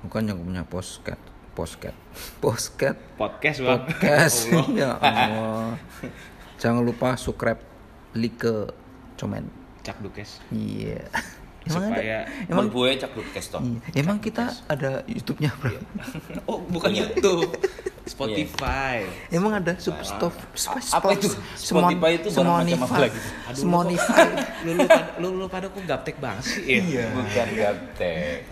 Bukan yang punya podcast Bang. Ya Allah. Jangan lupa subscribe like comment. Cak Dukes. Iya. Supaya emang gue Cak Dukes toh. Iya. Emang kita ada YouTube-nya, Bro? Oh, bukan YouTube. Spotify. Emang ada Apa itu? Spotify itu barang macam apa lagi? Spotify. Lu pada kok gaptek banget sih? Iya. Bukan gaptek.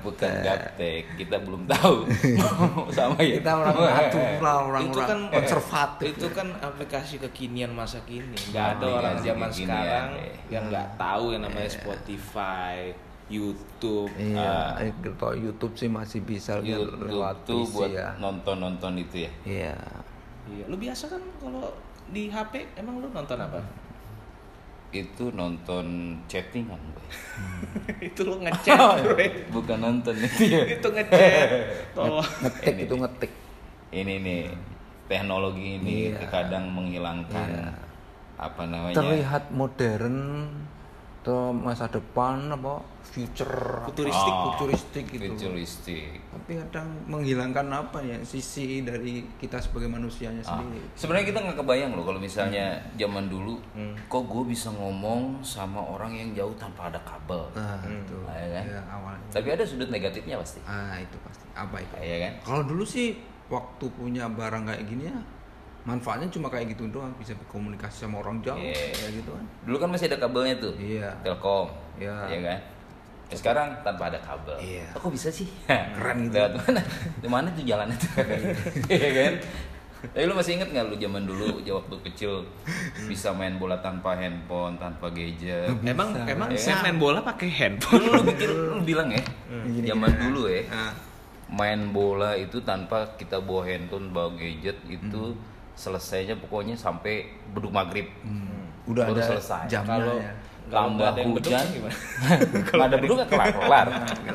Kita belum tahu. Sama ya. Kita orang natural, Itu kan konservatif. Itu kan aplikasi kekinian masa kini. Enggak ada orang zaman kekinian, sekarang ya. yang enggak tahu yang namanya Spotify, YouTube. Iya, kalau YouTube sih masih bisa lewat itu PC buat ya. nonton itu ya. Iya. Iya, lu biasa kan kalau di HP emang lu nonton apa? Itu nonton chattingan gue. Itu lu ngechat, bro. Bukan nonton itu ya. Itu ngechat. Ngetik. Ini nih teknologi ini Iya. kadang menghilangkan apa namanya? Terlihat modern atau masa depan apa futuristik gitu. Futuristik. Tapi kadang menghilangkan apa ya sisi dari kita sebagai manusianya sendiri. Sebenarnya kita nggak kebayang loh kalau misalnya zaman dulu, kok gue bisa ngomong sama orang yang jauh tanpa ada kabel. Itu. Ya kan? Ya, awalnya. Tapi ada sudut negatifnya pasti. Itu pasti. Apa itu? Iya kan? Kalau dulu sih waktu punya barang kayak gini ya manfaatnya cuma kayak gitu doang, bisa berkomunikasi sama orang jauh kayak gitu kan. Dulu kan masih ada kabelnya tuh. Iya. Telkom. Iya. Iya kan? Sekarang tanpa ada kabel. Iya. Kok bisa sih? Keren gitu. Lewat mana? Di mana tuh jalannya tuh? Iya kan? Tapi lu masih inget nggak lu zaman dulu waktu kecil bisa main bola tanpa handphone, tanpa gadget? Emang Ya saya kan? main bola pakai handphone. Lu bilang ya, zaman dulu ya, main bola itu tanpa kita bawa handphone, bawa gadget itu selesainya pokoknya sampai beduk maghrib. Udah baru ada selesai. jamnya Kalau ya. Tambah ada yang beduk hujan, gimana? nggak ada beduk nggak kelar.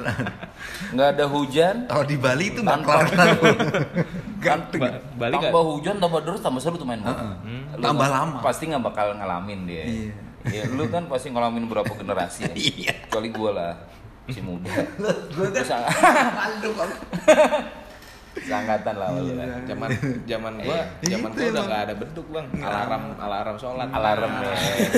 Nggak ada hujan, Kalau di Bali itu nggak Tanpa- kelar. Gantung. Bali nggak? tambah hujan, tambah deras, tambah seru tuh main bola. Lu Tambah nggak- lama. Pasti nggak bakal ngalamin dia. Iya. Ya, lu kan pasti ngalamin berapa generasi ya. Iya. Kecuali gue lah, si muda. Gue kan Terus malu kalau seangkatan lah lu kan. Zaman gua Itu udah emang. nggak ada beduk, Bang. Alarm sholat. Alarm ya.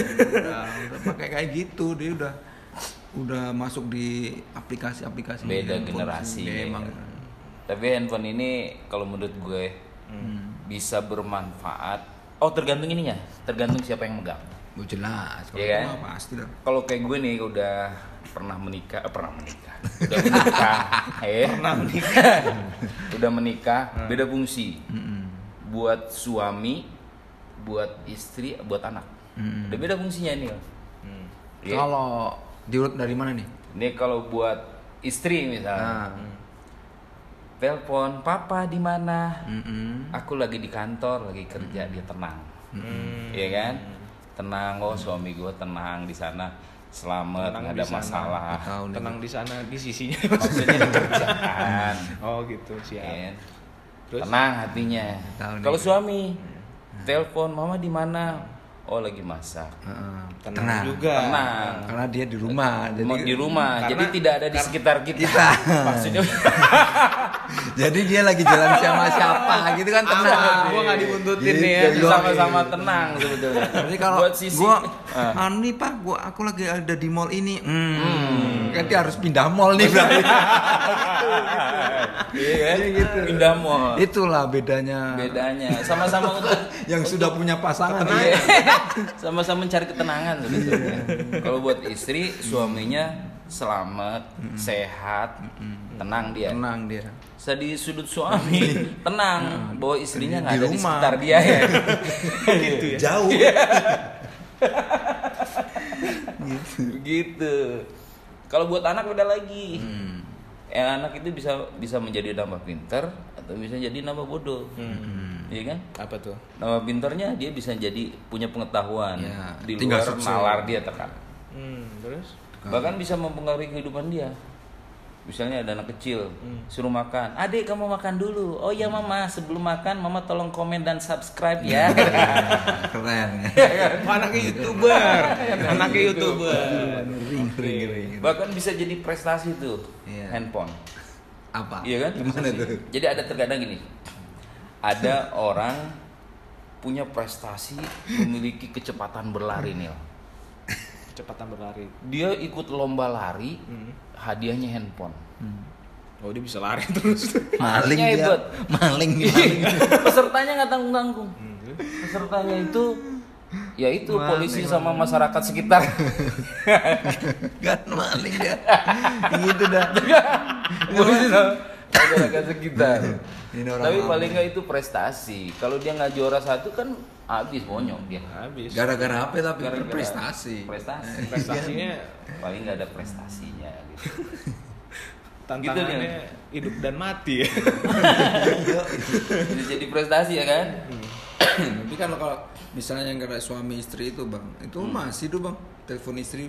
udah pakai kayak gitu dia udah masuk di aplikasi-aplikasi Beda handphone generasi. sih. Dia emang Tapi handphone ini kalau menurut gue bisa bermanfaat. Oh, tergantung ininya, tergantung siapa yang megang. jelas kalau Iya itu kan? mah pasti dah. Kalau kayak gue nih udah pernah menikah, udah menikah, udah menikah, beda fungsi. Buat suami, buat istri, buat anak, udah beda fungsinya nih. Iya. Kalau diurut dari mana nih? Ini kalau buat istri misalnya, telepon, papa di mana? Aku lagi di kantor, lagi kerja, dia tenang, iya kan? Tenang, oh suami gue tenang di sana, selamat, Tenang nggak di ada sana. masalah. Tahu nih. Tenang di sana di sisinya. Maksudnya di kerjaan, Oh gitu, siap. ya. Terus? Tenang hatinya. Tahu nih. Kalau suami, telepon, mama di mana? Oh lagi masak. Tenang juga. Tenang. Karena dia di rumah. Mau di rumah, Karena- jadi tidak ada di sekitar kita. Maksudnya, Jadi dia lagi jalan sama siapa gitu kan tenang. Gua nggak dibuntutin Gitu, nih ya. iya. sama-sama tenang sebetulnya. Jadi kalau buat sisi, gua nih Pak, aku lagi ada di mall ini. Kan dia harus pindah mall nih berarti. iya kan? gitu. Pindah mall. Itulah bedanya. Sama-sama untuk Yang sudah punya pasangan. Iya. Sama-sama mencari ketenangan sebetulnya. Kalau buat istri, suaminya selamat, sehat, tenang dia. Tenang dia. Saya di sudut suami, tenang bahwa istrinya nggak Di ada di rumah. sekitar dia ya. Gitu ya. Jauh. Gitu. Kalau buat anak beda lagi. Anak itu bisa menjadi nambah pinter atau bisa jadi nambah bodoh. Iya kan? Apa tuh? Nambah pinternya dia bisa jadi punya pengetahuan Ya, di tinggal luar sukses. nalar dia tekan. Terus? Bahkan bisa mempengaruhi kehidupan dia. Misalnya ada anak kecil suruh makan, adik kamu makan dulu. Oh ya mama, sebelum makan mama tolong komen dan subscribe ya. Keren. Anaknya YouTuber. Anaknya YouTuber. Ngeri. Bahkan bisa jadi prestasi tuh Iya. handphone. Apa? Iya kan? Gimana tuh? Jadi ada terkadang gini. Ada orang punya prestasi memiliki kecepatan berlari nih. Kecepatan berlari. Dia ikut lomba lari, hadiahnya handphone. Oh, dia bisa lari terus. Maling Larinya dia. hebat. Maling. Pesertanya nggak tanggung-tanggung. Pesertanya itu yaitu polisi sama masyarakat sekitar. Kan maling dia. Gitu dah. Polisi sama masyarakat sekitar. Ini orang Tapi apa? paling nggak itu prestasi. Kalau dia nggak juara satu kan habis bonyok dia. Habis. Gara-gara apa tapi Gara-gara prestasi. Prestasi. Prestasinya Paling nggak ada prestasinya gitu. tantangannya hidup dan mati ya. Jadi prestasi ya kan? Tapi kalau misalnya yang kayak suami istri itu bang, itu masih tuh bang telepon istri.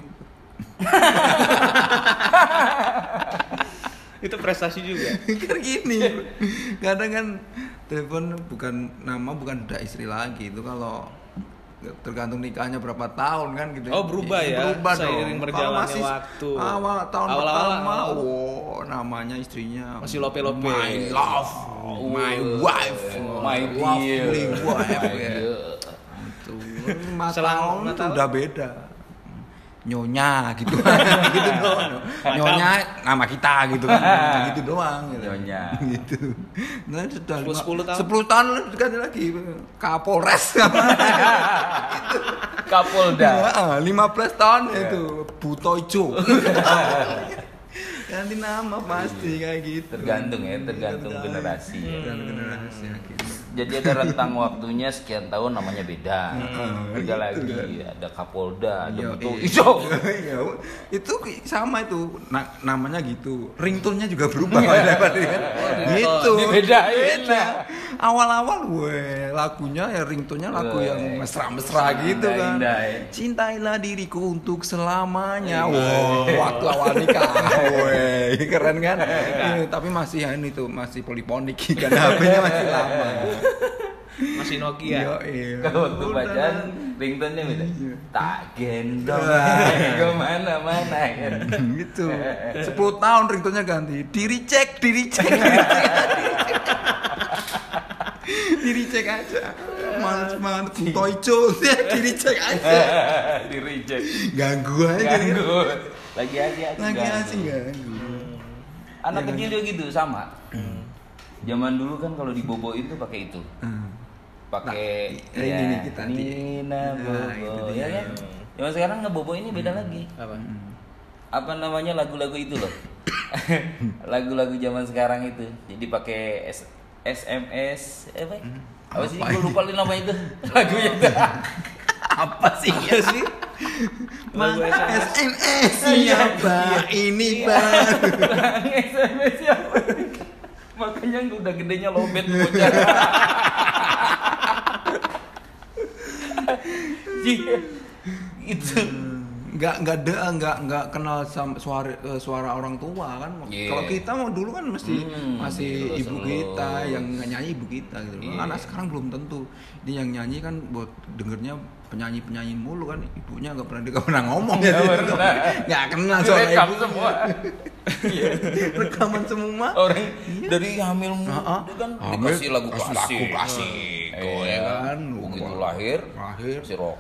Itu prestasi juga. Kan gini, kadang kan telepon bukan udah istri lagi itu kalau tergantung nikahnya berapa tahun kan gitu. Oh, berubah ya, Berubah seiring dong. berjalannya Kalau masih waktu. Tahun Awal-awal, pertama, namanya istrinya masih lope-lope. My love, my wife, My dear. lovely wife. My Ya. dear. Itu 5 Selang tahun 5 itu tahun. udah beda. Nyonya gitu gitu doang. Nyonya nama kita gitu kan. Gitu doang gitu. Nyonya. Gitu. Nah, sudah 10 tahun. 10 tahun ganti lagi Kapolres. Kapolda. Ya, 15 tahun itu Butoijo. Ganti nama pasti kayak gitu. Tergantung ya, tergantung generasi. Tergantung generasi ya, gitu. Jadi ada rentang waktunya sekian tahun namanya beda. Beda lagi, ada Kapolda, ada Iya, Butoijo. iya. Itu sama itu namanya gitu. Ringtone-nya juga berubah kan. Gitu. Dibedain. Beda. Awal-awal lagunya ya ringtone-nya lagu yang mesra-mesra gitu kan. Indah, ya. Cintailah diriku untuk selamanya. Waktu awal nikah. Keren kan? Tapi masih itu masih poliponik kan HP-nya masih lama. Masih Nokia. Iya. Kalau waktu Udah, bacaan ringtone-nya beda. Tak gendong ke mana-mana kan. Gitu. 10 tahun ringtone-nya ganti. Diri cek. Diri cek aja. Mantap Butoijo. Diri cek aja. Di reject. Ganggu aja. Ganggu. Lagi asik Ganggu. Anak kecil juga gitu sama. Zaman dulu kan kalau di Bobo itu pakai itu. Pakai Nah, ini nih kita di- Nina Nah, Bobo itu ya dia. kan. Zaman sekarang ngebobo ini beda lagi. Apa? Apa namanya lagu-lagu itu loh. Lagu-lagu zaman sekarang itu. Jadi pakai SMS apa? Apa sih? Gue lupa namanya itu. Lagunya itu. Apa sih? Lagu SMS. SMS siapa? Ini bang. SMS siapa? Makanya udah gedenya lobet bocah. Iya. Itu. Nggak kenal sama suara orang tua kan. Yeah. Kalau kita mau dulu kan masih Jelas ibu lo. kita yang nyanyi ibu kita gitu. Yeah. Anak sekarang belum tentu. Ini yang nyanyi kan buat dengernya penyanyi mulu kan, ibunya nggak pernah ngomong ya. Nggak kenal suara Rekam ibu. semua. Iya. Rekaman semua. Orang dari hamil dia kan Hamil, dikasih lagu klasik. oh ya kan. Begitu lahir si rock.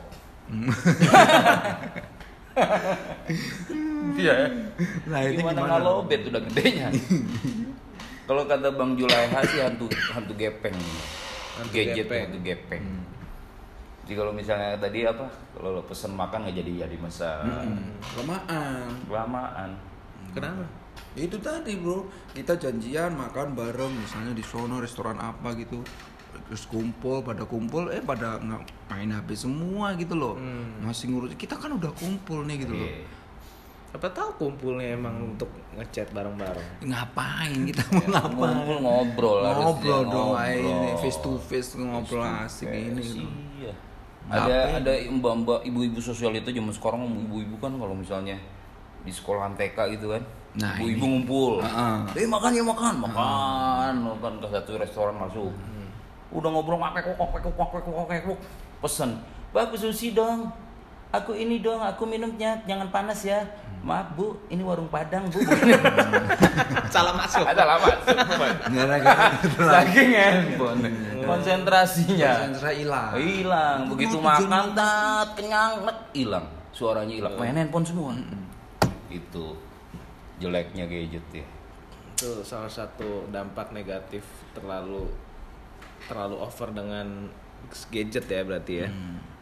Iya. Nah itu Gimana gimana? nggak lobet udah gedenya. Kalau kata Bang Julaiha sih hantu gepeng. Gadget gepeng. hantu gepeng. Jadi kalau misalnya tadi apa? Kalau lo pesen makan nggak jadi masak. Kelamaan. Kenapa? Itu tadi bro, kita janjian makan bareng misalnya di sono restoran apa gitu, terus pada kumpul pada main HP semua gitu loh. Masih ngurus, kita kan udah kumpul nih gitu loh. Iya. Apa tahu kumpulnya emang untuk ngechat bareng-bareng. Ngapain kita mau ngapain? Ngobrol Ngobrol dong, ngobrol. ini face to face ngobrol asik ini gitu. Iya. Ngapain? Ada mbak-mbak ibu-ibu sosial itu zaman sekarang ibu-ibu kan kalau misalnya di sekolahan TK gitu kan. Nah, ibu-ibu ini. ngumpul. Makan ke satu restoran masuk. Udah ngobrol pesen. Bagus sushi dong. Aku ini dong, aku minumnya jangan panas ya. Maaf Bu, ini warung Padang Bu. Salah masuk. Salah masuk. Gara-gara Saking handphone. Konsentrasinya. konsentrasi hilang. Hilang. Begitu makan, kenyang, hilang. Suaranya hilang. Main handphone semua. Itu jeleknya gadget ya. Itu salah satu dampak negatif terlalu over dengan gadget ya berarti ya.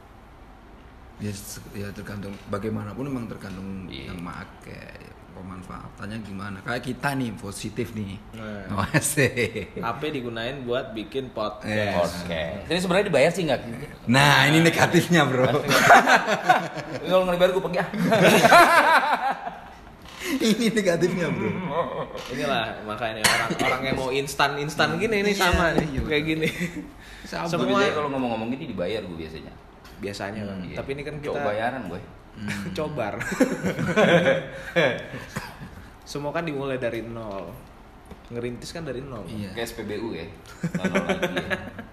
Ya tergantung bagaimanapun memang tergantung yang make pemanfaatannya gimana. Kayak kita nih positif nih. Nah. Asik. HP digunain buat bikin podcast. Oke. Ini sebenarnya dibayar sih nggak? Nah, ini negatifnya, Bro. Kalau nggak dibayar gue pergi. Ini negatifnya, Bro. Inilah makanya orang yang mau instan gini ini sama nih kayak gini. Semua kalau ngomong-ngomong gini dibayar gue biasanya kan. Iya. Tapi ini kan kita coba bayaran gue. cobar. Semua kan dimulai dari nol. Ngerintis kan dari nol. Iya. Kayak SPBU ya. Nol lagi ya.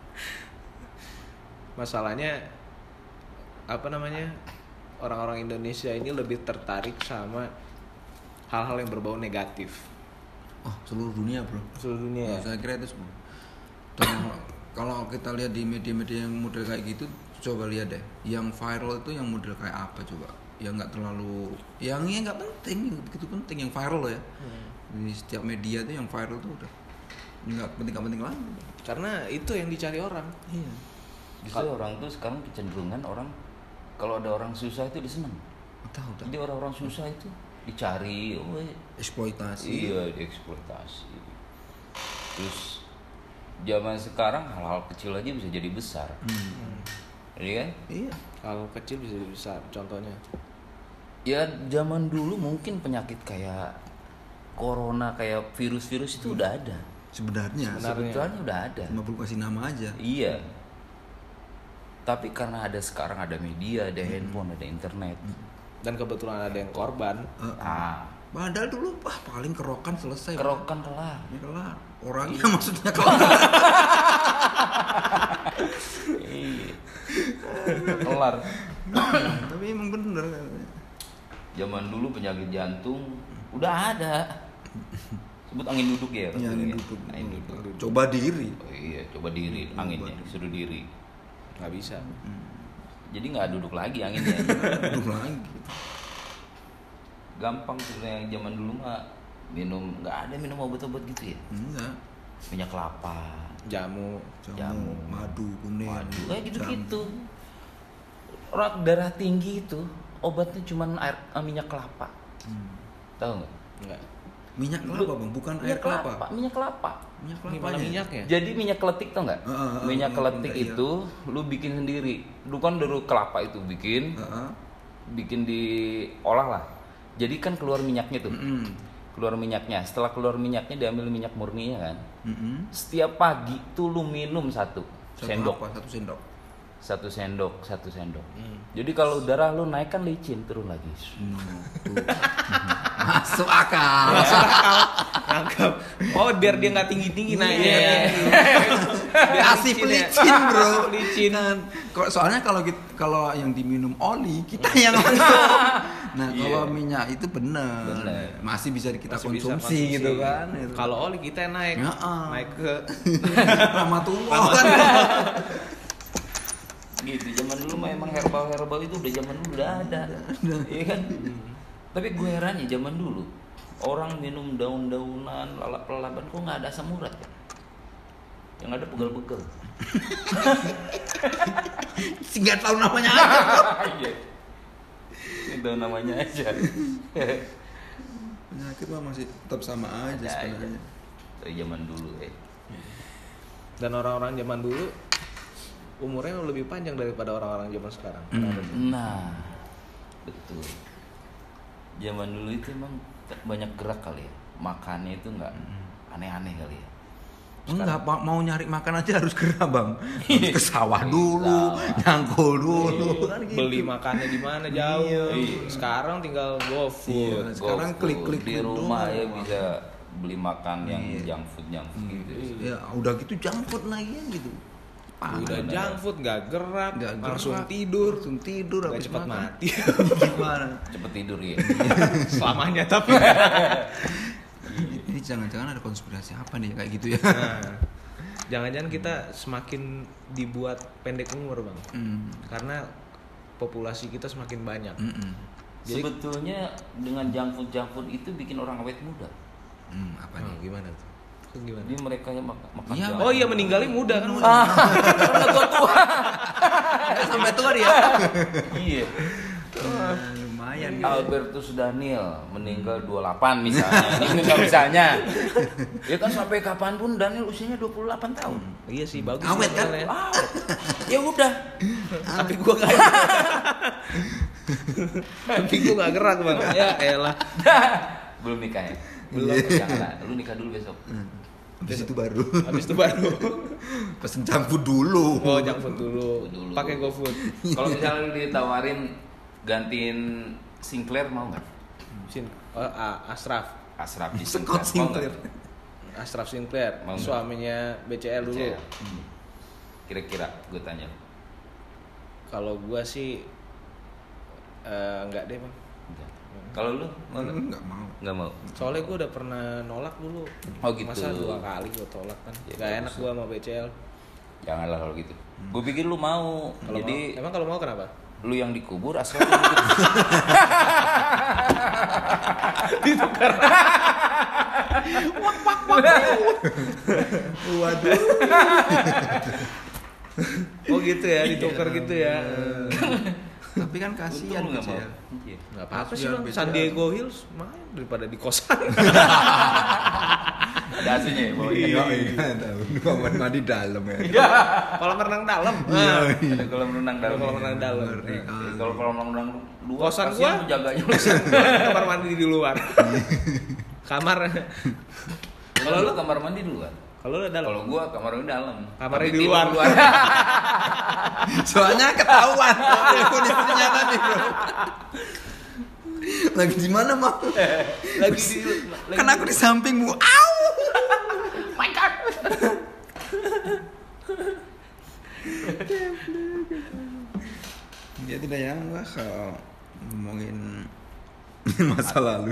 Masalahnya apa namanya? Orang-orang Indonesia ini lebih tertarik sama hal-hal yang berbau negatif. Oh, seluruh dunia, Bro. Seluruh dunia. Saya kira itu semua. Dan kalau kita lihat di media-media yang model kayak gitu, coba lihat deh, yang viral itu yang model kayak apa coba? Yang nggak terlalu, yang nggak penting, begitu penting yang viral ya. Di setiap media itu yang viral tuh udah nggak penting lagi. Karena itu yang dicari orang. Iya. Justru orang tuh sekarang kecenderungan orang kalau ada orang susah itu disenang. Tahu. Jadi orang-orang susah itu dicari, Eksploitasi. Iya, dieksploitasi. Terus zaman sekarang hal-hal kecil aja bisa jadi besar. Iya kan? Iya. Kalau kecil bisa jadi besar. Contohnya. Ya zaman dulu mungkin penyakit kayak corona, kayak virus-virus itu udah ada. Sebenarnya Sebetulnya udah ada. cuma perlu kasih nama aja. Iya. Tapi karena sekarang ada media, ada handphone, ada internet. Dan kebetulan ada yang korban. Padahal dulu paling kerokan selesai. Kerokan kelar. Ya kelar. Orangnya maksudnya kelar. Iya. Kelar. Tapi emang bener. Zaman dulu penyakit jantung udah ada. Sebut angin duduk ya. Ya, angin ya? duduk. Angin duduk. Coba diri. Oh iya, coba diri, anginnya disuruh diri. Nggak bisa. Jadi nggak duduk lagi anginnya. Duduk lagi. Gampang sebenarnya zaman dulu mah nggak ada minum obat-obat gitu ya. Enggak. Minyak kelapa, Jamu. Madu, kuning. kayak gitu-gitu. Orang darah tinggi itu obatnya cuma minyak kelapa. Tahu nggak? Enggak. Minyak kelapa, Bang, bukan air kelapa. Minyak kelapa. Minyak Gimana kelapanya. minyaknya? Jadi minyak keletik tau nggak? Minyak keletik iya. itu lu bikin sendiri. Lu kan dari kelapa itu bikin, bikin diolah lah. Jadi kan keluar minyaknya tuh. Keluar minyaknya. Setelah keluar minyaknya diambil minyak murninya kan. Setiap pagi tuh lu minum satu sendok. Apa? Satu sendok. Jadi kalau darah lu naik kan licin turun lagi. Masuk akal. Nangkep. Oh, biar dia nggak tinggi-tinggi naiknya. Kasih pelicin, Bro. Licin. Soalnya kalau yang diminum oli kita yang langsung. Nah, kalau minyak itu benar. Masih bisa kita Masih bisa konsumsi gitu kan. Kalau oli kita yang naik. Naik ke Ramatullah kan. Gitu. Zaman dulu mah emang herbal itu udah zaman dulu udah ada. Iya kan? Tapi gue herannya zaman dulu orang minum daun-daunan, lalap-lalapan kok nggak ada asam urat ya? Yang ada pegal-pegal. Nggak tahu namanya aja. Iya. Itu namanya aja. Penyakit mah masih tetap sama aja sebenarnya. Dari zaman dulu Dan orang-orang zaman dulu umurnya lebih panjang daripada orang-orang zaman sekarang. Nah, betul. Zaman dulu itu emang banyak gerak kali ya. Makannya itu nggak aneh-aneh kali ya. Enggak, mau nyari makan aja harus gerak, Bang. Harus ke sawah dulu, nyangkul dulu. Kan gitu. Beli makannya di mana jauh. Sekarang tinggal GoFood. Sekarang klik-klik di rumah ya bisa beli makan yang junk food gitu. Ya, udah gitu junk food lagi gitu. Udah junk food, nggak gerak, langsung tidur nggak habis cepat makan. Mati. Gimana? Cepet tidur ya. Selamanya tapi. Ini jangan-jangan ada konspirasi apa nih kayak gitu ya? Nah, jangan-jangan kita semakin dibuat pendek umur bang, karena populasi kita semakin banyak. Jadi, sebetulnya dengan junk food itu bikin orang awet muda. Apa nih? Gimana tuh? Gimana? Jadi mereka yang makan Iya, junk. Oh iya meninggalnya muda kan? Karena tua. Nggak sampai tua dia. Iya. Lumayan. Albertus Daniel meninggal 28 misalnya. Ini misalnya. Ya kan sampai kapanpun Daniel usianya 28 tahun. Iya sih bagus. Awet kan? Awet. Ya udah. Tapi gua nggak. Tapi gua nggak gerak bang. Ya elah. Belum nikah ya? Belum. Janganlah. Lu nikah dulu besok. Habis itu baru. Pesen campur dulu. Oh junk food dulu. Pakai GoFood. Kalau misalnya lu ditawarin gantiin Sinclair mau nggak? Ashraf Di Scott Sinclair. Ashraf Sinclair, Mau suaminya BCL dulu. Kira-kira gue tanya. Kalau gua sih enggak deh bang. Enggak. Kalau lu mau nggak? Nggak mau. Nggak mau. Soalnya gua udah pernah nolak dulu. Oh gitu. Masa 2 kali gua tolak kan. Ya, Gak bagus. enak gua sama BCL. Janganlah kalau gitu. Gue pikir lu mau. Kalau Jadi emang kalau mau kenapa? lu yang dikubur asal yang Ditukar. Waduh. Oh gitu ya, ditukar gitu ya. Tapi kan kasihan nggak mau. ya. Iya. Enggak apa-apa sih Kasihan bang. BCL. San Diego Hills main daripada di kosan. Ada AC-nya ya bawah. Iya, tahu. Kamar mandi dalam ya. Kolam renang dalam. Ada kolam renang dalam. Kolam renang dalam. Kalau kolam renang luar Kosan kasihan gua menjaganya. Kamar mandi di luar. Kamar. Kalau lu kamar mandi di luar. Kalau lu dalam. Kalau gua kamar mandi dalam. Kamarnya Tapi di tidur luar. Soalnya ketahuan kondisinya tadi, Bro. Lagi di mana, Mak? Lagi di Kan aku di sampingmu. Au! My God. Dia tidak nyangka kalau ngomongin masa lalu.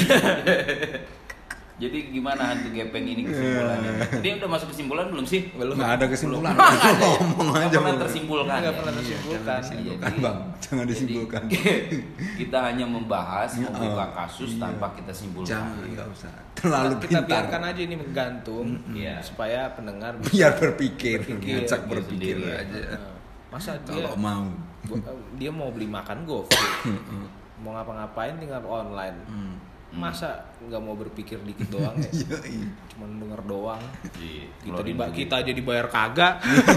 Jadi gimana hantu gepeng ini kesimpulannya? Dia udah masuk kesimpulan belum sih? Belum. Nggak ada kesimpulan. Nggak ada ya? Ngomong Nggak aja. pernah Bro. tersimpulkan. Nggak ya? pernah tersimpulkan. Disimpulkan, Bang. Jangan disimpulkan. Jadi, kita hanya membahas, Ya, membuka kasus iya. tanpa kita simpulkan. Jangan, nggak usah. Terlalu Kita pintar. biarkan aja ini menggantung Iya. supaya pendengar bisa Biar berpikir, Berpikir, ngajak gitu berpikir sendiri. aja. Masa dia Kalau mau. dia mau beli makan GoFood, mau ngapa-ngapain tinggal online. Masa nggak mau berpikir dikit doang ya? Iya, iya. Cuman denger doang. Iya, Kita keluarin duit. kita aja dibayar kagak.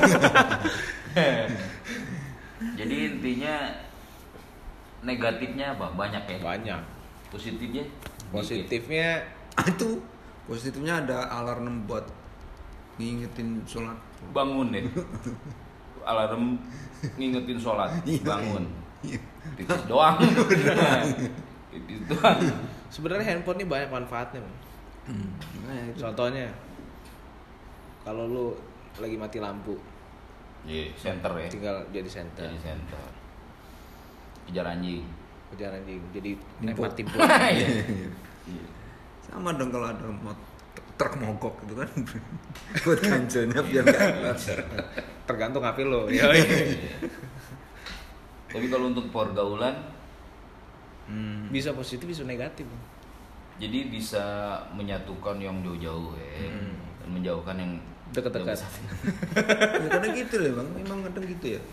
Jadi intinya negatifnya apa? Banyak ya? Banyak. Positifnya? Positifnya Itu positifnya ada alarm buat ngingetin sholat. Bangun deh. Alarm ngingetin sholat. Iya. Bangun. Iya. Titis doang. Titis doang. sebenarnya handphone ini banyak manfaatnya, Bang. Makanya itu. Contohnya kalau lu lagi mati lampu, Iya, center ya. tinggal jadi center. Jadi center. Kejar anjing. Kejar anjing, jadi Nimpuk. lempar timpuk. Iya. Iya. Sama dong kalau ada truk mogok gitu kan. Buat ganjanya biar gak Tergantung HP lo. Iya. Tapi kalau untuk pergaulan, Bisa positif, bisa negatif. jadi bisa menyatukan yang jauh-jauh ya, dan menjauhkan yang Dekat-dekat. jauh. Ya, kadang gitu ya bang, memang kadang gitu ya.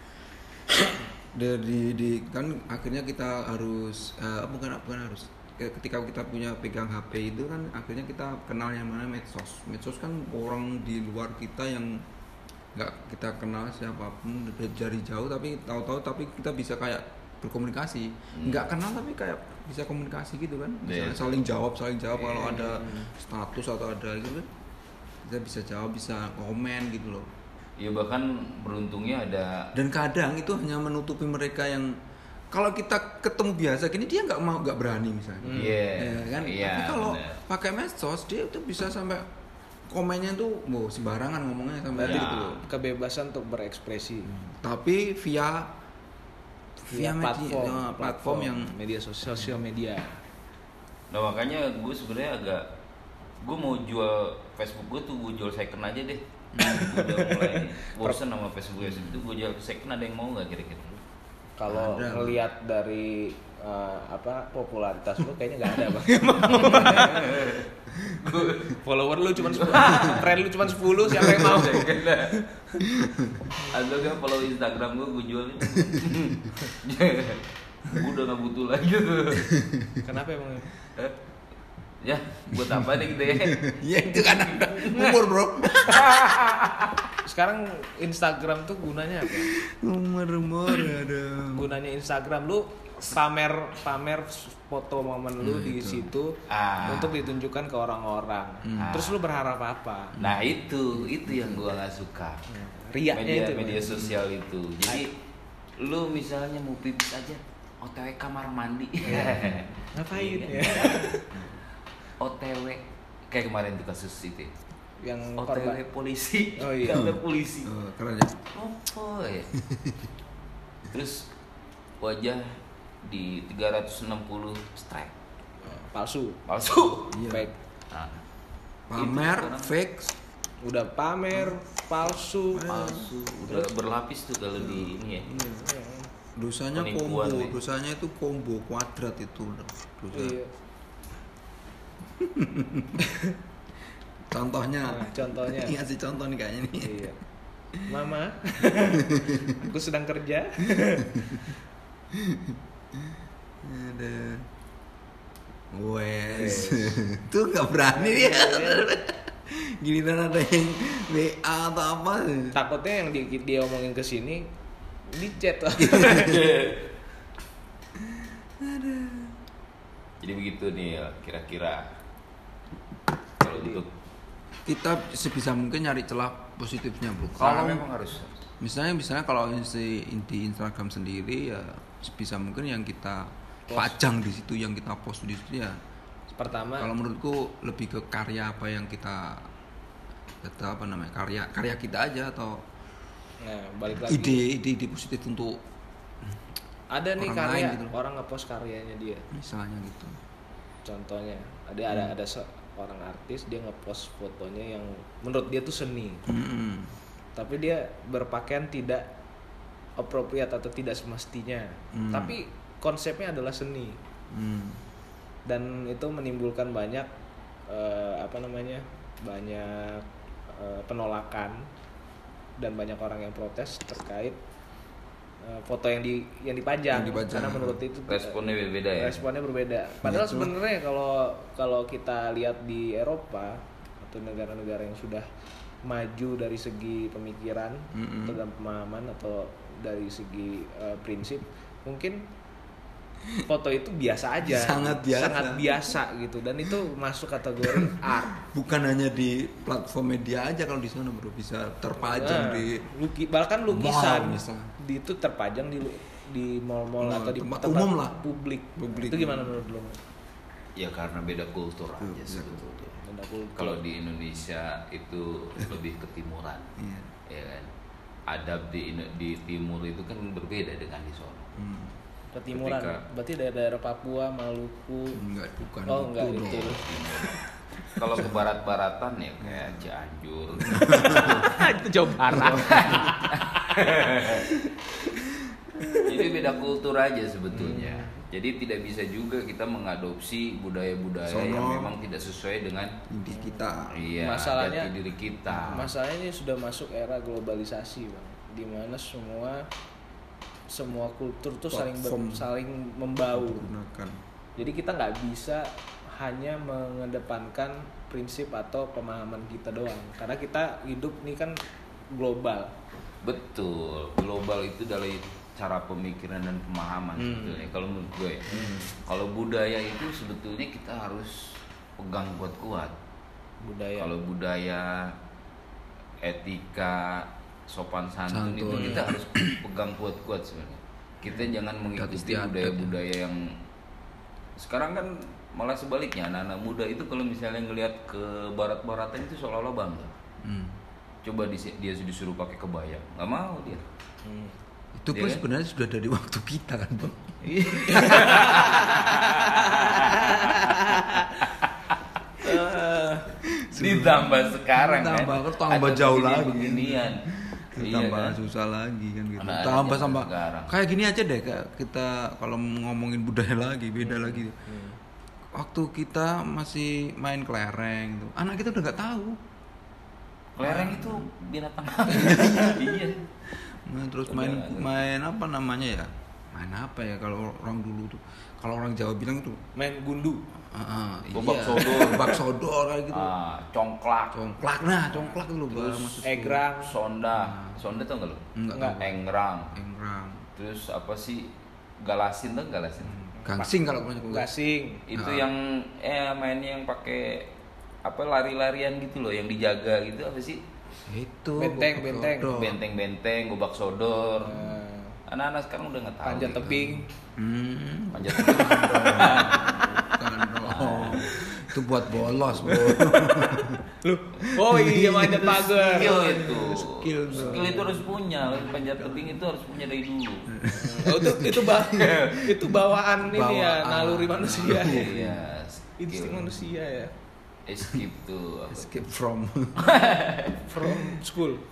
Di kan akhirnya kita harus bukan harus. Ketika kita punya pegang HP itu kan akhirnya kita kenal yang mana medsos. Medsos kan orang di luar kita yang nggak kita kenal siapapun dari jauh, tapi tahu-tahu tapi kita bisa kayak berkomunikasi. Nggak kenal tapi kayak bisa komunikasi gitu kan. Misalnya Yeah. saling jawab kalau ada status atau ada gitu kan. Kita bisa jawab, bisa komen gitu loh. Ya bahkan beruntungnya ada. Dan kadang itu hanya menutupi mereka yang kalau kita ketemu biasa gini dia nggak berani misalnya. Iya. Ya kan? Iya, Tapi kalau bener. pakai medsos dia itu bisa sampai komennya tuh sembarangan ngomongnya sampai Berarti gitu loh. kebebasan untuk berekspresi Tapi via platform yang media sosial media. Nah makanya gue sebenarnya gue mau jual Facebook gue tuh gue jual second aja deh. Gue udah mulai bosen sama Facebook itu, gue jual second, ada yang mau nggak kira-kira? Kalau Ada. ngelihat dari popularitas lu kayaknya nggak ada bang. Follower lu cuma 10, friend lu cuma 10, siapa yang mau? Atau kan follow Instagram gue jualin. Gue udah nggak butuh lagi tuh. Kenapa emang? Ya, buat apa deh gitu ya? ya itu kan umur bro. Sekarang Instagram tuh gunanya apa? umur ada. Gunanya Instagram lu pamer foto momen lu di situ untuk ditunjukkan ke orang-orang. Terus lu berharap apa? Nah itu yang gue nggak suka. Riaknya itu. Media sosial itu. Jadi lu misalnya mau pipis aja, OTW kamar mandi. Ngapain Iya, ya? OTW kayak kemarin tuh kasus itu. Yang OTW korban. polisi, Oh, iya. kantor polisi. Keren ya. Apa ya? Terus wajah di 360 strike Palsu. palsu. Iya. Baik. Nah, Pamer, itu fake. Udah pamer, palsu. udah berlapis tuh kalau di ini ya. Dosanya Penipuan, combo, nih. dosanya itu combo kuadrat itu dosa. Iya. Contohnya. Nah, contohnya. Ngasih contoh nih kayaknya nih. Iya. Mama, aku sedang kerja. Ada. Wes. Tuh nggak berani dia. Giliran ada yang WA atau apa. Takutnya yang dia omongin ke sini di chat. Jadi begitu nih ya, kira-kira kalau untuk Kita sebisa mungkin nyari celah positifnya, bro. kalau Kalau memang harus misalnya kalau di Instagram sendiri ya sebisa mungkin yang kita pajang di situ, yang kita post di situ ya. Pertama, Kalau menurutku lebih ke karya apa yang kita apa namanya, karya kita aja, atau nah balik lagi. ide positif untuk Ada nih orang karya, lain gitu. orang ngepost karyanya dia. misalnya gitu. Contohnya, ada seorang artis, dia ngepost fotonya yang menurut dia tuh seni. Tapi dia berpakaian tidak appropriate atau tidak semestinya. Tapi konsepnya adalah seni. Dan itu menimbulkan banyak banyak penolakan dan banyak orang yang protes terkait foto yang dipajang. Karena menurut itu responnya berbeda ya. Responnya berbeda. Padahal sebenarnya kalau kita lihat di Eropa atau negara-negara yang sudah maju dari segi pemikiran atau dalam pemahaman atau dari segi prinsip, mungkin foto itu biasa aja, Sangat biasa gitu, dan itu masuk kategori art. Bukan hanya di platform media aja, kalau di sana bro bisa terpajang di Bahkan lukisan mall misalnya. itu terpajang di mall-mall Mall, atau di tempat tempat umum lah. publik. Publik. Itu gimana menurut lo? Ya karena beda kultur aja Iya, sebetulnya. Beda kultur. Kalau di Indonesia itu lebih ketimuran, Iya. ya kan. Adab di timur itu kan berbeda dengan di sono. Ketimuran, berarti daerah Papua, Maluku. Bukan Oh enggak gitu itu. dong. Kalau ke barat-baratan ya kayak Cianjur. Itu Jawa Barat. Jadi beda kultur aja sebetulnya. Jadi tidak bisa juga kita mengadopsi budaya-budaya Sono. yang memang tidak sesuai dengan Di kita. iya, Masalahnya- jati diri kita. Masalahnya ini sudah masuk era globalisasi, Bang. Di mana semua kultur tuh Platform. saling membaur. Gunakan. Jadi kita nggak bisa hanya mengedepankan prinsip atau pemahaman kita doang, karena kita hidup nih kan global. Betul, global itu dari cara pemikiran dan pemahaman sebetulnya. Kalau menurut gue, kalau budaya itu sebetulnya kita harus pegang kuat-kuat. Budaya. Kalau budaya, etika, sopan santun itu Santun. kita harus pegang kuat-kuat sebenarnya. Kita jangan mengikuti istiadat, budaya-budaya yang sekarang kan malah sebaliknya anak-anak muda itu kalau misalnya ngelihat ke barat-baratan itu seolah-olah bangga. Coba dia disuruh pakai kebaya, nggak mau dia. Itu pun kan? sebenarnya sudah dari waktu kita kan Bang. Ditambah sekarang tambah jauh lagi beginian. Tambah Kan? susah lagi kan gitu. Anak-anak Tambah zaman sama sekarang. kayak gini aja deh kayak kita kalau ngomongin budaya lagi beda lagi. Waktu kita masih main kelereng tuh, anak kita udah nggak tahu. Kelereng itu binatang. Iya. Nah, terus main apa namanya ya? Main apa ya kalau orang dulu tuh? Kalau orang Jawa bilang itu Main gundu. Bak iya. sodor. Bak sodor kayak gitu. Congklak. Congklak tuh loh maksud. Egrang. Sonda. Sonda tau nggak lo? Enggak. Engrang. Engrang. Terus apa sih? Galasin tuh galasin. Gangsing kalau punya gue. Gasing. Itu yang mainnya yang pakai apa lari-larian gitu loh, yang dijaga gitu apa sih? Itu Benteng. Benteng-benteng, gobak sodor. Anak-anak sekarang udah nggak tahu. Panjat gitu. tebing. Panjat tebing. Bukan dong. Itu buat bolos, Bro. Lu. Oh iya manjat pagar. Skill itu. Skill itu harus punya. Panjat tebing itu harus punya dari dulu. Oh, itu bawaan ini ya, naluri manusia. Iya. Insting manusia ya. Escape tuh. Escape from School.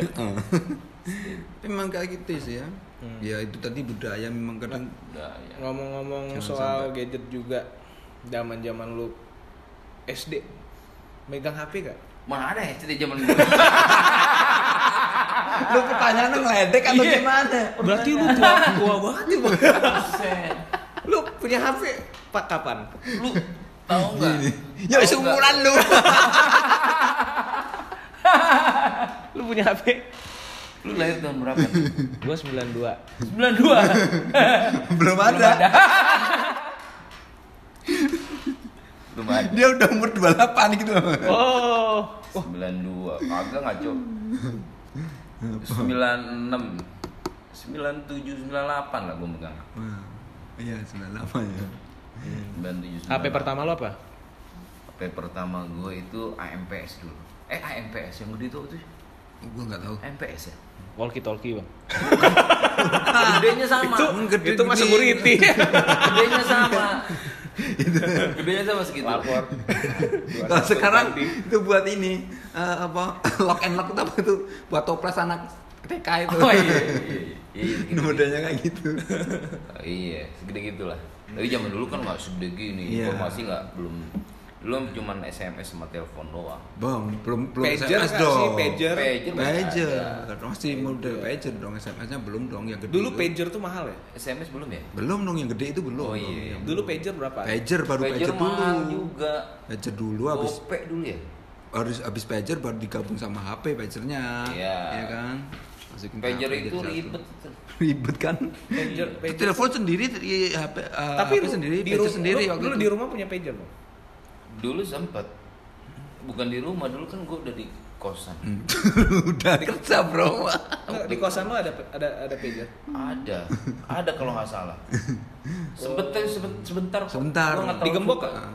memang kayak gitu sih ya. Ya itu tadi budaya memang kadang Udah, ya. Ngomong-ngomong Jangan soal sampai. gadget juga, zaman-zaman lu SD megang HP gak? Mana ada ya SD zaman gue? lu pertanyaannya ngeledek atau gimana? Berarti lu tua banget ya, Bang. Lu punya HP Pak kapan? Lu tahu nggak? Ya seumuran lu. Lu punya HP? Lu lahir tahun berapa? Gua 92. 92. Belum ada. Belum ada. Dia udah umur 28 gitu. Oh. 92. Kagak ngaco. 96. 97 98 lah gua megang. Iya, 98 ya. 97. HP pertama lu apa? HP pertama gua itu AMPS dulu. AMPS yang gede itu Gua enggak tahu. AMPS ya? Walkie talkie, Bang. Gedenya sama. Itu mah security. Gedenya sama. Gedenya sama segitu. Lapor. Kalau sekarang itu buat ini apa lock and lock itu apa itu buat toples anak TK itu. Oh iya. Gitu. Modanya kayak gitu. Iya, segede gitulah. Tapi zaman dulu kan nggak segede gini, Iya. informasi nggak belum cuman SMS sama telepon doang. Bang, belum Pager SMS nggak dong. sih? Pager. Pager. ada. Masih model pager dong, SMS-nya belum dong yang gede. Dulu itu. pager tuh mahal ya? SMS belum ya? Belum dong yang gede itu belum. Oh iya. Yang Dulu pager berapa? pager baru pager, dulu. mahal juga. Pager dulu habis Gope dulu ya? habis pager baru digabung sama HP pagernya. Iya. Iya kan? Masukin ke Pager HP itu jadi ribet. satu. Ribet kan? Pager. Itu telepon sendiri, HP, Tapi HP lu sendiri, di pager sendiri waktu lu itu. di rumah punya pager, Bang? Dulu sempet. Bukan di rumah, dulu kan gue udah di kosan. Udah kerja bro. Nggak, di kosan lu ada pager? Ada kalau nggak salah. Sebentar. Sebentar. Lu nggak tahu Digembok juga. nggak?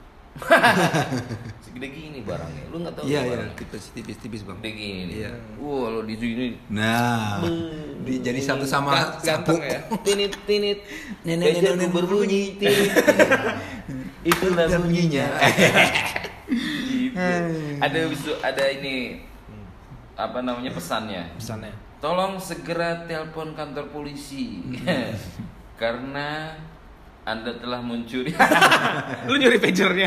Segede gini barangnya, lu nggak tahu. Iya tuh iya, barangnya. tipis bang. Segede gini. Iya. Kalau di sini. Nah, jadi satu sama Ganteng ya. Tinit. Nenek Pagerku berbunyi. Tinit. Itulah bunyinya. Gitu. Ada ini apa namanya pesannya? Pesannya. Tolong segera telepon kantor polisi karena Anda telah mencuri. Lu nyuri pagernya.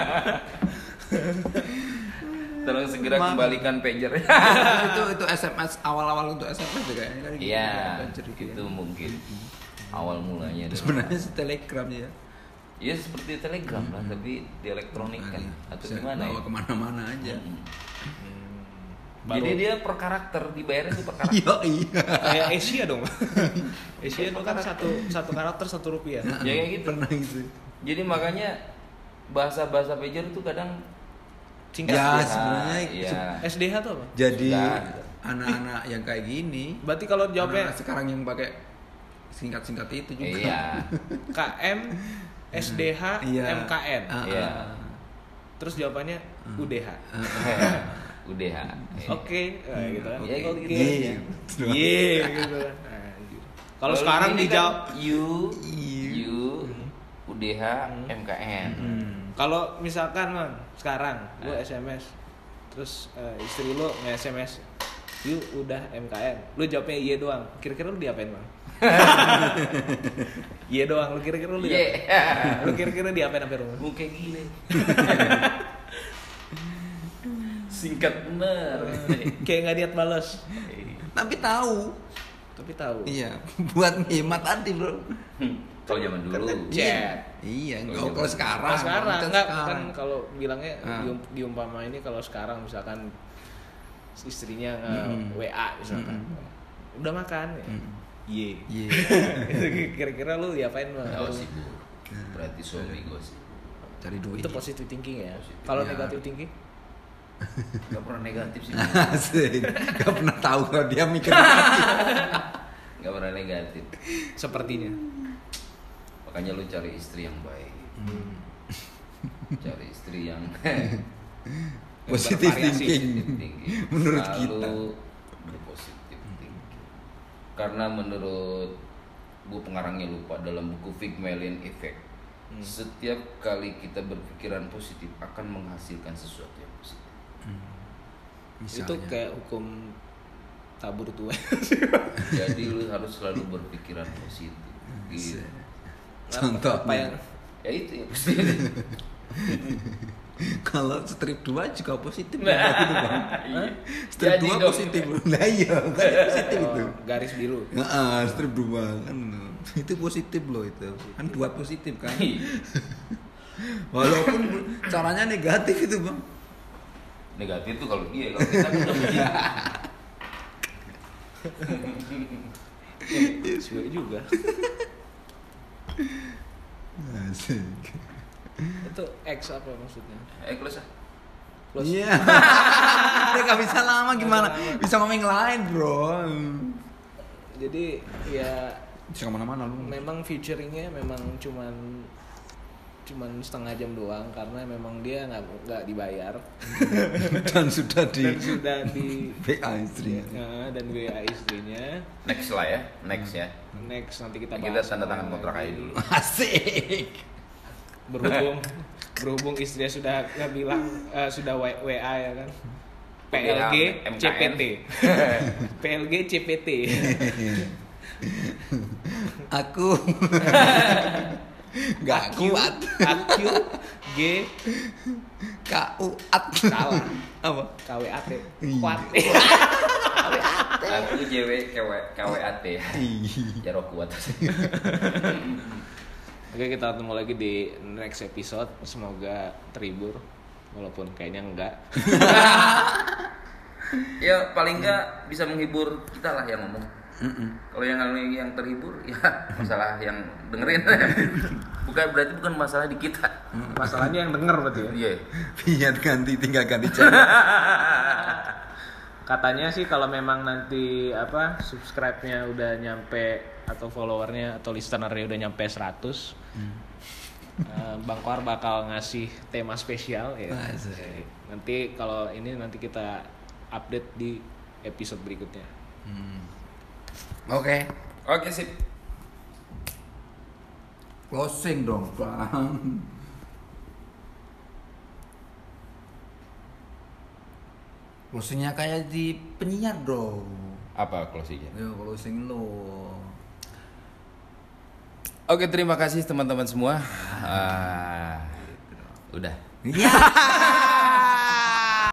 Tolong segera kembalikan pager. itu SMS awal-awal untuk SMS juga kayaknya kan gitu. Iya, Pager gitu itu ya. mungkin awal mulanya. Sebenarnya Telegram ya. Iya seperti telegram lah, tapi di elektronik kan atau Bisa gimana bawa ya? kemana-mana aja. Jadi dia per karakter, dibayarnya itu per karakter. Iya. Kayak Asia dong. Asia itu kan satu karakter ₹1. Ya kayak gitu. Pernah gitu. Jadi makanya bahasa pager itu kadang Singkat. Ya SDH, sebenarnya iya. SDH tuh apa? jadi Sudah. anak-anak yang kayak gini. Berarti kalau jawabnya Anak-anak sekarang yang pakai singkat-singkat itu juga. Iya. KM SDH, Iya. MKN. Iya. Terus jawabannya UDH. UDH. Oke, gitu kan. Ya, Oke. gitu aja. Gitu kan. Anjir. Kalau sekarang ini dijawab kan U UDH MKN. kalau misalkan man sekarang lu SMS terus istri lu nge-SMS yuk udah MKN, lu jawabnya iya doang, kira-kira lu diapain bang? Iya doang, lu kira-kira lu diapain? Lu kira-kira diapain sampai rumah? Kayak gile. Singkat bener. Kayak nggak niat balas, Tapi tahu. tapi tahu. Iya, buat hemat tadi, Bro. Kalau zaman dulu. Chat. Iya, Kalau kalau sekarang. Kalau sekarang kan enggak sekarang. kan kalau bilangnya Ah. diumpama ini kalau sekarang misalkan istrinya WA misalkan. Udah makan ya. Iya. Iya. Kira-kira lu diapain bang? Gosip Bu. Berarti suami gosip. Cari duit. Itu positive thinking ya. Positive. Kalau Ya. negatif thinking? Gak pernah negatif sih. Asik. Gak pernah tahu kalau dia mikir negatif. Gak pernah negatif. Sepertinya. Makanya lu cari istri yang baik. Cari istri yang Positive bervariasi. thinking. tinggi. Menurut Selalu kita. berpositif thinking. Karena menurut Bu pengarangnya lupa dalam buku Pygmalion Effect, setiap kali kita berpikiran positif akan menghasilkan sesuatu yang positif. Itu kayak hukum tabur tuai. Jadi lu harus selalu berpikiran positif. Gitu. Contohnya. Apa yang Ya itu ya positif. Kalau strip 2 juga positif Nah, gitu, Bang. iya. Strip Jadi 2 dong. positif. Nah iya, kan positif itu. garis biru. Heeh, strip 2 kan. Itu positif loh itu. Kan 2 positif kan. Walaupun caranya negatif itu, Bang. Negatif tuh kalau dia, kalau kita kan udah begitu. Sesuai juga. Asik. Itu X apa maksudnya? Close ah. Plus. Iya. Dia gak bisa lama gimana? Bisa ngomong yang lain, Bro. Jadi ya Bisa kemana-mana lu. memang featuringnya memang cuman setengah jam doang karena memang dia nggak dibayar Dan sudah di dan sudah di PA istrinya. Ya, dan WA istrinya. Next lah ya, next ya. Next nanti kita Kita bahas tanda tangan lagi. kontrak aja dulu. Asik. berhubung istrinya sudah nggak bilang sudah WA ya kan. WA, PLG MKN. CPT. PLG CPT. Aku nggak kuat. AQ G KUAT. salah. Apa? KWAT. Iya. Kuat. Aku JW KWAT. Ya roh kuat. Oke, kita ketemu lagi di next episode. Semoga terhibur walaupun kayaknya enggak. Ya paling enggak bisa menghibur kita lah yang ngomong. Kalau yang terhibur ya masalah yang dengerin. Berarti bukan masalah di kita. Masalahnya yang denger berarti ya. Iya. Biar tinggal ganti channel. Katanya sih kalau memang nanti subscribe-nya udah nyampe atau followernya atau listener-nya udah nyampe 100, Bang Kohar bakal ngasih tema spesial ya. Asik. Nanti kalau ini nanti kita update di episode berikutnya. Oke. Oke sip. Closing dong, Bang. Closingnya kayak di penyiar dong. Apa closingnya? Yo, closing lo. Oke, terima kasih teman-teman semua. Udah. Iya.